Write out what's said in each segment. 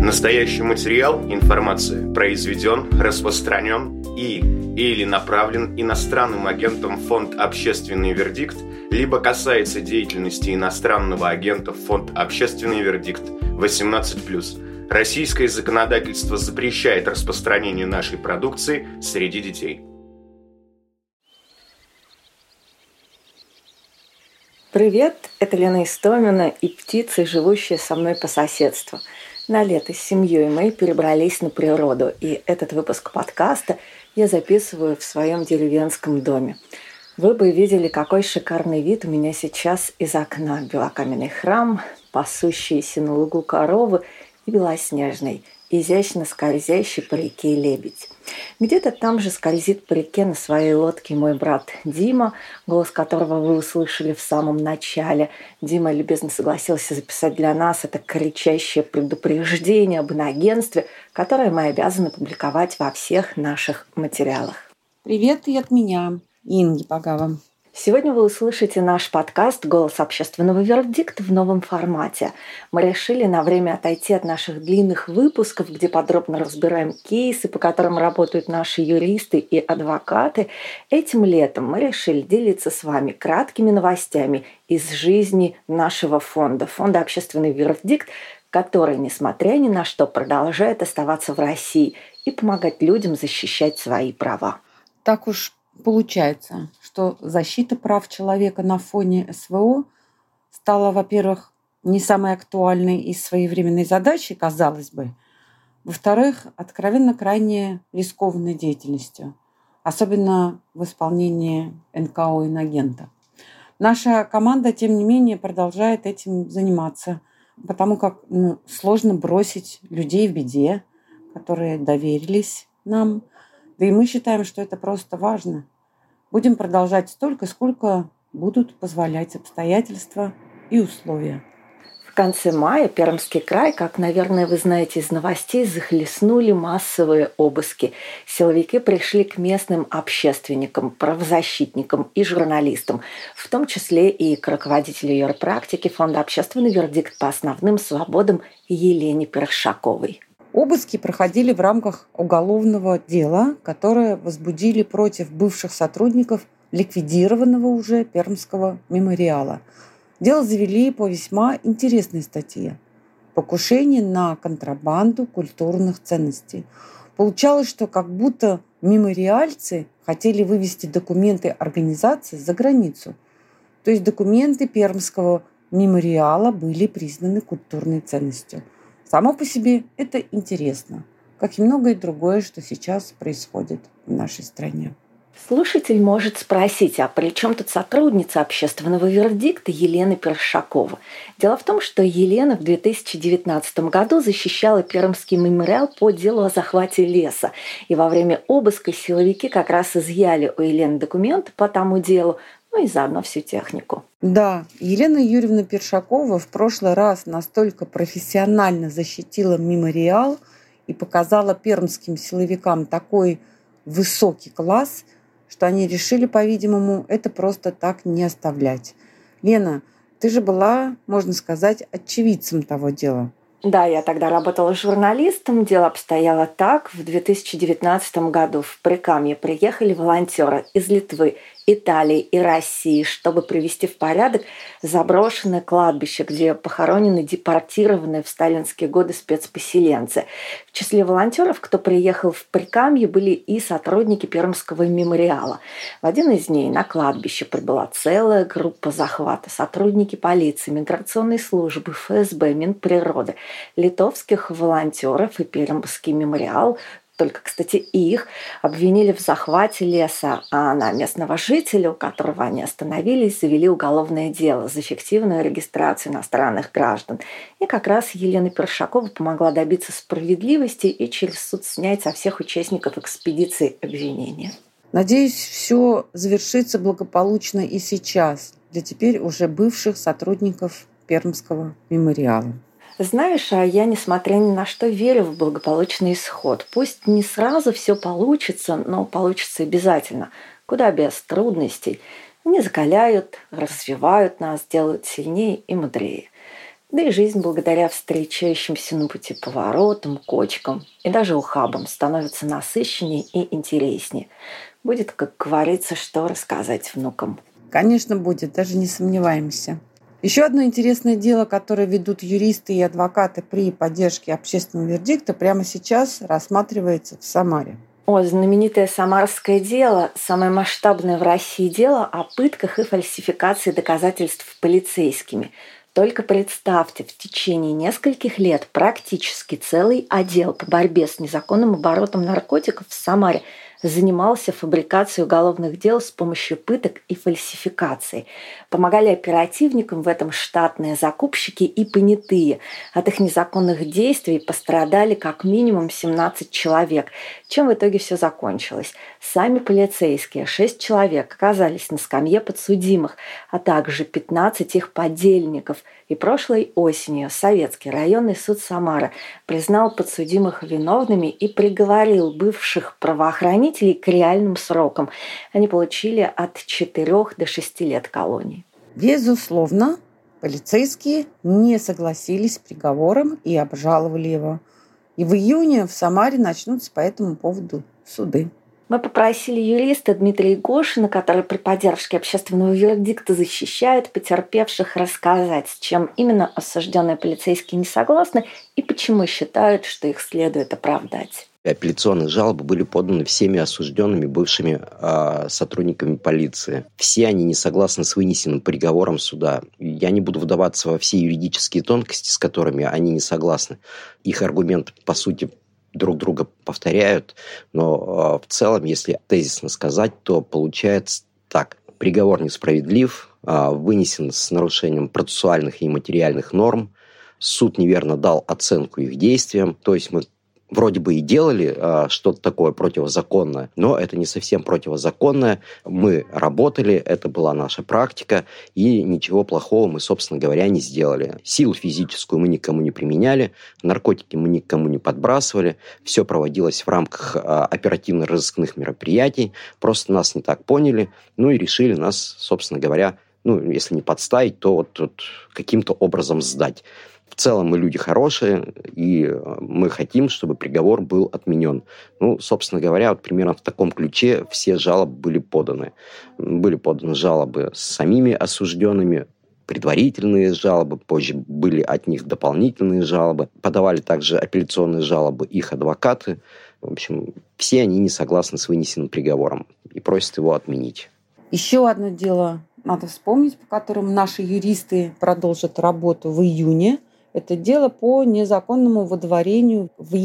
Настоящий материал, информация произведен, распространен или направлен иностранным агентом Фонд «Общественный вердикт», либо касается деятельности иностранного агента Фонд «Общественный вердикт» 18+. Российское законодательство запрещает распространение нашей продукции среди детей. Привет, это Лена Истомина и птицы, живущие со мной по соседству. На лето с семьей мы перебрались на природу, и этот выпуск подкаста я записываю в своем деревенском доме. Вы бы видели, какой шикарный вид у меня сейчас из окна. Белокаменный храм, пасущиеся на лугу коровы и белоснежный, изящно скользящий по реке лебедь. Где-то там же скользит по реке на своей лодке мой брат Дима, голос которого вы услышали в самом начале. Дима любезно согласился записать для нас это кричащее предупреждение об инагентстве, которое мы обязаны публиковать во всех наших материалах. Привет и от меня, Инги Пагава. Сегодня вы услышите наш подкаст «Голос общественного вердикта» в новом формате. Мы решили на время отойти от наших длинных выпусков, где подробно разбираем кейсы, по которым работают наши юристы и адвокаты. Этим летом мы решили делиться с вами краткими новостями из жизни нашего фонда «Общественный вердикт», который, несмотря ни на что, продолжает оставаться в России и помогать людям защищать свои права. Так уж получается, что защита прав человека на фоне СВО стала, во-первых, не самой актуальной и своевременной задачей, казалось бы. Во-вторых, откровенно крайне рискованной деятельностью, особенно в исполнении НКО инагента. Наша команда, тем не менее, продолжает этим заниматься, потому как сложно бросить людей в беде, которые доверились нам. Да и мы считаем, что это просто важно. Будем продолжать столько, сколько будут позволять обстоятельства и условия. В конце мая Пермский край, как, наверное, вы знаете из новостей, захлестнули массовые обыски. Силовики пришли к местным общественникам, правозащитникам и журналистам, в том числе и к руководителю юрпрактики Фонда «Общественный вердикт» по основным свободам Елене Першаковой. Обыски проходили в рамках уголовного дела, которое возбудили против бывших сотрудников ликвидированного уже Пермского мемориала. Дело завели по весьма интересной статье «Покушение на контрабанду культурных ценностей». Получалось, что как будто мемориальцы хотели вывести документы организации за границу. То есть документы Пермского мемориала были признаны культурной ценностью. Само по себе это интересно, как и многое другое, что сейчас происходит в нашей стране. Слушатель может спросить, а при чем тут сотрудница общественного вердикта Елена Першакова? Дело в том, что Елена в 2019 году защищала Пермский мемориал по делу о захвате леса. И во время обыска силовики как раз изъяли у Елены документы по тому делу, и заодно всю технику. Да, Елена Юрьевна Першакова в прошлый раз настолько профессионально защитила мемориал и показала пермским силовикам такой высокий класс, что они решили, по-видимому, это просто так не оставлять. Лена, ты же была, можно сказать, очевидцем того дела. Да, я тогда работала журналистом. Дело обстояло так. В 2019 году в Прикамье приехали волонтеры из Литвы, Италии и России, чтобы привести в порядок заброшенное кладбище, где похоронены депортированные в сталинские годы спецпоселенцы. В числе волонтеров, кто приехал в Прикамье, были и сотрудники Пермского мемориала. В один из дней на кладбище прибыла целая группа захвата. Сотрудники полиции, миграционной службы, ФСБ, Минприроды, литовских волонтеров и Пермский мемориал. Только, кстати, их обвинили в захвате леса, а на местного жителя, у которого они остановились, завели уголовное дело за фиктивную регистрацию иностранных граждан. И как раз Елена Першакова помогла добиться справедливости и через суд снять со всех участников экспедиции обвинения. Надеюсь, все завершится благополучно и сейчас для теперь уже бывших сотрудников Пермского мемориала. Знаешь, а я, несмотря ни на что, верю в благополучный исход. Пусть не сразу все получится, но получится обязательно. Куда без трудностей. Они закаляют, развивают нас, делают сильнее и мудрее. Да и жизнь благодаря встречающимся на пути поворотам, кочкам и даже ухабам становится насыщеннее и интереснее. Будет, как говорится, что рассказать внукам. Конечно, будет, даже не сомневаемся. Еще одно интересное дело, которое ведут юристы и адвокаты при поддержке общественного вердикта, прямо сейчас рассматривается в Самаре. Знаменитое самарское дело, самое масштабное в России дело о пытках и фальсификации доказательств полицейскими. Только представьте, в течение нескольких лет практически целый отдел по борьбе с незаконным оборотом наркотиков в Самаре занимался фабрикацией уголовных дел с помощью пыток и фальсификаций. Помогали оперативникам в этом штатные закупщики и понятые. От их незаконных действий пострадали как минимум 17 человек. Чем в итоге все закончилось? Сами полицейские, 6 человек, оказались на скамье подсудимых, а также 15 их подельников. И прошлой осенью Советский районный суд Самары признал подсудимых виновными и приговорил бывших правоохранителей к реальным срокам. Они получили от 4 до 6 лет колонии. Безусловно, полицейские не согласились с приговором и обжаловали его. И в июне в Самаре начнутся по этому поводу суды. Мы попросили юриста Дмитрия Гошина, который при поддержке общественного вердикта защищает потерпевших, рассказать, с чем именно осужденные полицейские не согласны и почему считают, что их следует оправдать. Апелляционные жалобы были поданы всеми осужденными бывшими сотрудниками полиции. Все они не согласны с вынесенным приговором суда. Я не буду вдаваться во все юридические тонкости, с которыми они не согласны. Их аргументы, по сути, друг друга повторяют, но в целом, если тезисно сказать, то получается так. Приговор несправедлив, вынесен с нарушением процессуальных и материальных норм, суд неверно дал оценку их действиям, то есть мы вроде бы и делали что-то такое противозаконное, но это не совсем противозаконное. Мы работали, это была наша практика, и ничего плохого мы, собственно говоря, не сделали. Силу физическую мы никому не применяли, наркотики мы никому не подбрасывали, все проводилось в рамках оперативно-розыскных мероприятий, просто нас не так поняли, и решили нас, собственно говоря, если не подставить, то вот каким-то образом сдать. В целом мы люди хорошие, и мы хотим, чтобы приговор был отменен. Собственно говоря, примерно в таком ключе все жалобы были поданы. Были поданы жалобы с самими осужденными, предварительные жалобы, позже были от них дополнительные жалобы. Подавали также апелляционные жалобы их адвокаты. В общем, все они не согласны с вынесенным приговором и просят его отменить. Еще одно дело надо вспомнить, по которому наши юристы продолжат работу в июне. Это дело по незаконному выдворению в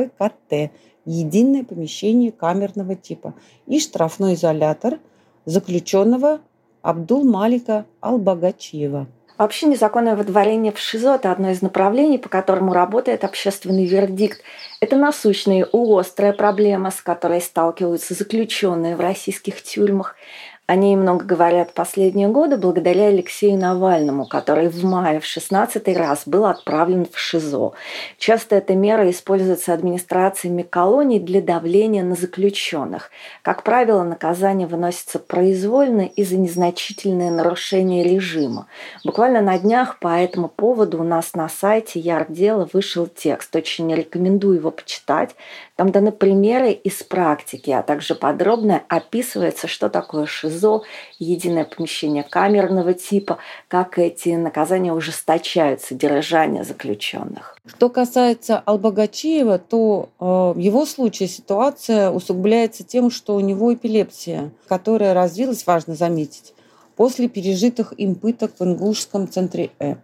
ЕПКТ, единое помещение камерного типа, и штрафной изолятор заключенного Абдул-Малика Албагачиева. Вообще незаконное выдворение в ШИЗО – это одно из направлений, по которому работает общественный вердикт. Это насущная и острая проблема, с которой сталкиваются заключенные в российских тюрьмах. О ней много говорят в последние годы благодаря Алексею Навальному, который в мае в 16-й раз был отправлен в ШИЗО. Часто эта мера используется администрациями колоний для давления на заключенных. Как правило, наказание выносится произвольно и за незначительные нарушения режима. Буквально на днях по этому поводу у нас на сайте Ярдела вышел текст. Очень рекомендую его почитать. Там даны примеры из практики, а также подробно описывается, что такое ШИЗО, единое помещение камерного типа, как эти наказания ужесточают содержание заключенных. Что касается Албагачиева, то в его случае ситуация усугубляется тем, что у него эпилепсия, которая развилась, важно заметить, после пережитых им пыток в Ингушском центре Э.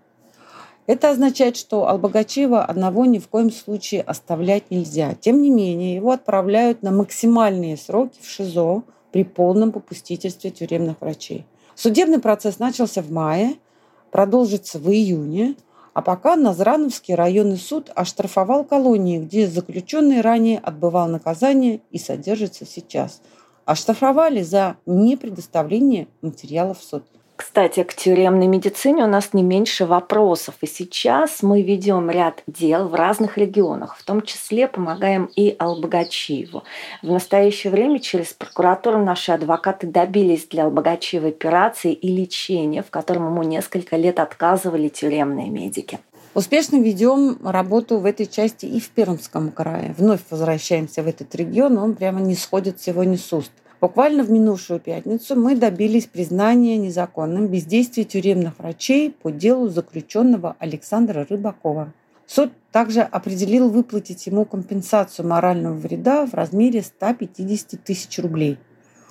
Это означает, что Албагачиева одного ни в коем случае оставлять нельзя. Тем не менее, его отправляют на максимальные сроки в ШИЗО при полном попустительстве тюремных врачей. Судебный процесс начался в мае, продолжится в июне, а пока Назрановский районный суд оштрафовал колонии, где заключенный ранее отбывал наказание и содержится сейчас. Оштрафовали за непредоставление материалов в суд. Кстати, к тюремной медицине у нас не меньше вопросов. И сейчас мы ведем ряд дел в разных регионах, в том числе помогаем и Албагачиеву. В настоящее время через прокуратуру наши адвокаты добились для Албагачиева операции и лечения, в котором ему несколько лет отказывали тюремные медики. Успешно ведем работу в этой части и в Пермском крае. Вновь возвращаемся в этот регион, он прямо не сходит сегодня с уст. Буквально в минувшую пятницу мы добились признания незаконным бездействия тюремных врачей по делу заключенного Александра Рыбакова. Суд также определил выплатить ему компенсацию морального вреда в размере 150 тысяч рублей.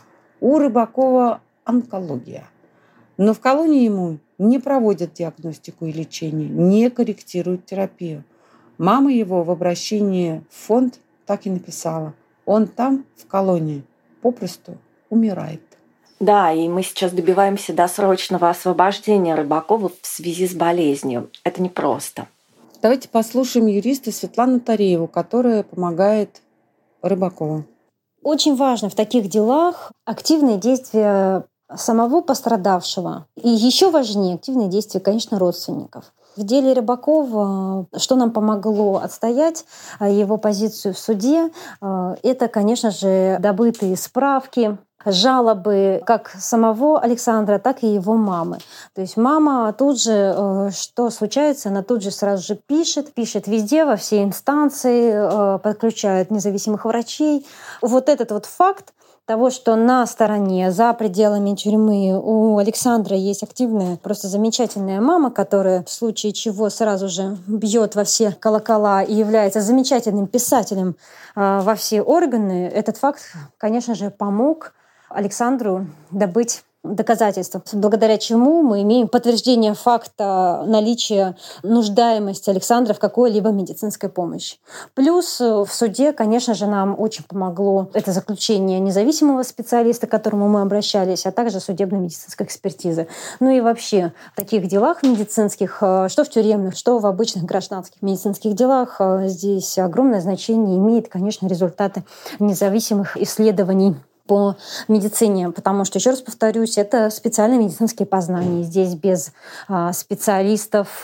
У Рыбакова онкология. Но в колонии ему не проводят диагностику и лечение, не корректируют терапию. Мама его в обращении в фонд так и написала: он там, в колонии, попросту умирает. Да, и мы сейчас добиваемся досрочного освобождения Рыбакова в связи с болезнью. Это непросто. Давайте послушаем юриста Светлану Тарееву, которая помогает Рыбакову. Очень важно в таких делах активные действия самого пострадавшего. И еще важнее активные действия, конечно, родственников. В деле Рыбакова, что нам помогло отстоять его позицию в суде, это, конечно же, добытые справки, жалобы как самого Александра, так и его мамы. То есть мама тут же, что случается, она тут же сразу же пишет везде, во все инстанции, подключает независимых врачей. Вот этот вот факт того, что на стороне, за пределами тюрьмы у Александра есть активная, просто замечательная мама, которая в случае чего сразу же бьет во все колокола и является замечательным писателем во все органы, этот факт, конечно же, помог Александру добыть доказательства, благодаря чему мы имеем подтверждение факта наличия нуждаемости Александра в какой-либо медицинской помощи. Плюс в суде, конечно же, нам очень помогло это заключение независимого специалиста, к которому мы обращались, а также судебно-медицинской экспертизы. Ну и вообще в таких делах медицинских, что в тюремных, что в обычных гражданских медицинских делах, здесь огромное значение имеет, конечно, результаты независимых исследований по медицине, потому что, еще раз повторюсь, это специальные медицинские познания. Здесь без специалистов,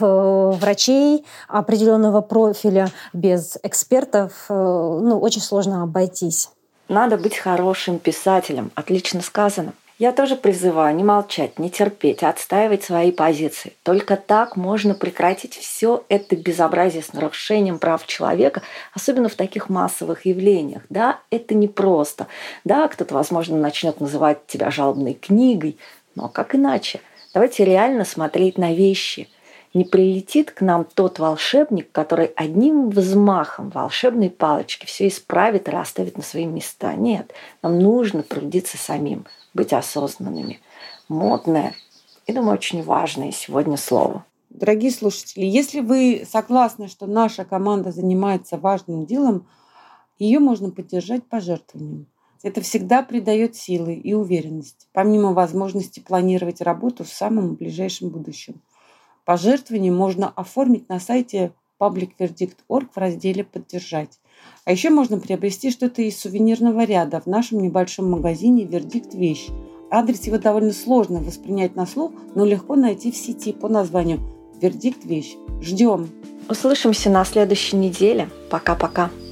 врачей определенного профиля, без экспертов, очень сложно обойтись. Надо быть хорошим писателем. Отлично сказано. Я тоже призываю не молчать, не терпеть, а отстаивать свои позиции. Только так можно прекратить все это безобразие с нарушением прав человека, особенно в таких массовых явлениях. Да, это непросто. Да, кто-то, возможно, начнет называть тебя жалобной книгой, но как иначе? Давайте реально смотреть на вещи. Не прилетит к нам тот волшебник, который одним взмахом волшебной палочки все исправит и расставит на свои места. Нет, нам нужно трудиться самим, быть осознанными. Модное и, думаю, очень важное сегодня слово. Дорогие слушатели, если вы согласны, что наша команда занимается важным делом, ее можно поддержать пожертвованием. Это всегда придает силы и уверенность, помимо возможности планировать работу в самом ближайшем будущем. Пожертвование можно оформить на сайте publicverdict.org в разделе «Поддержать». А еще можно приобрести что-то из сувенирного ряда в нашем небольшом магазине «Вердикт Вещь». Адрес его довольно сложно воспринять на слух, но легко найти в сети по названию «Вердикт Вещь». Ждем! Услышимся на следующей неделе. Пока-пока.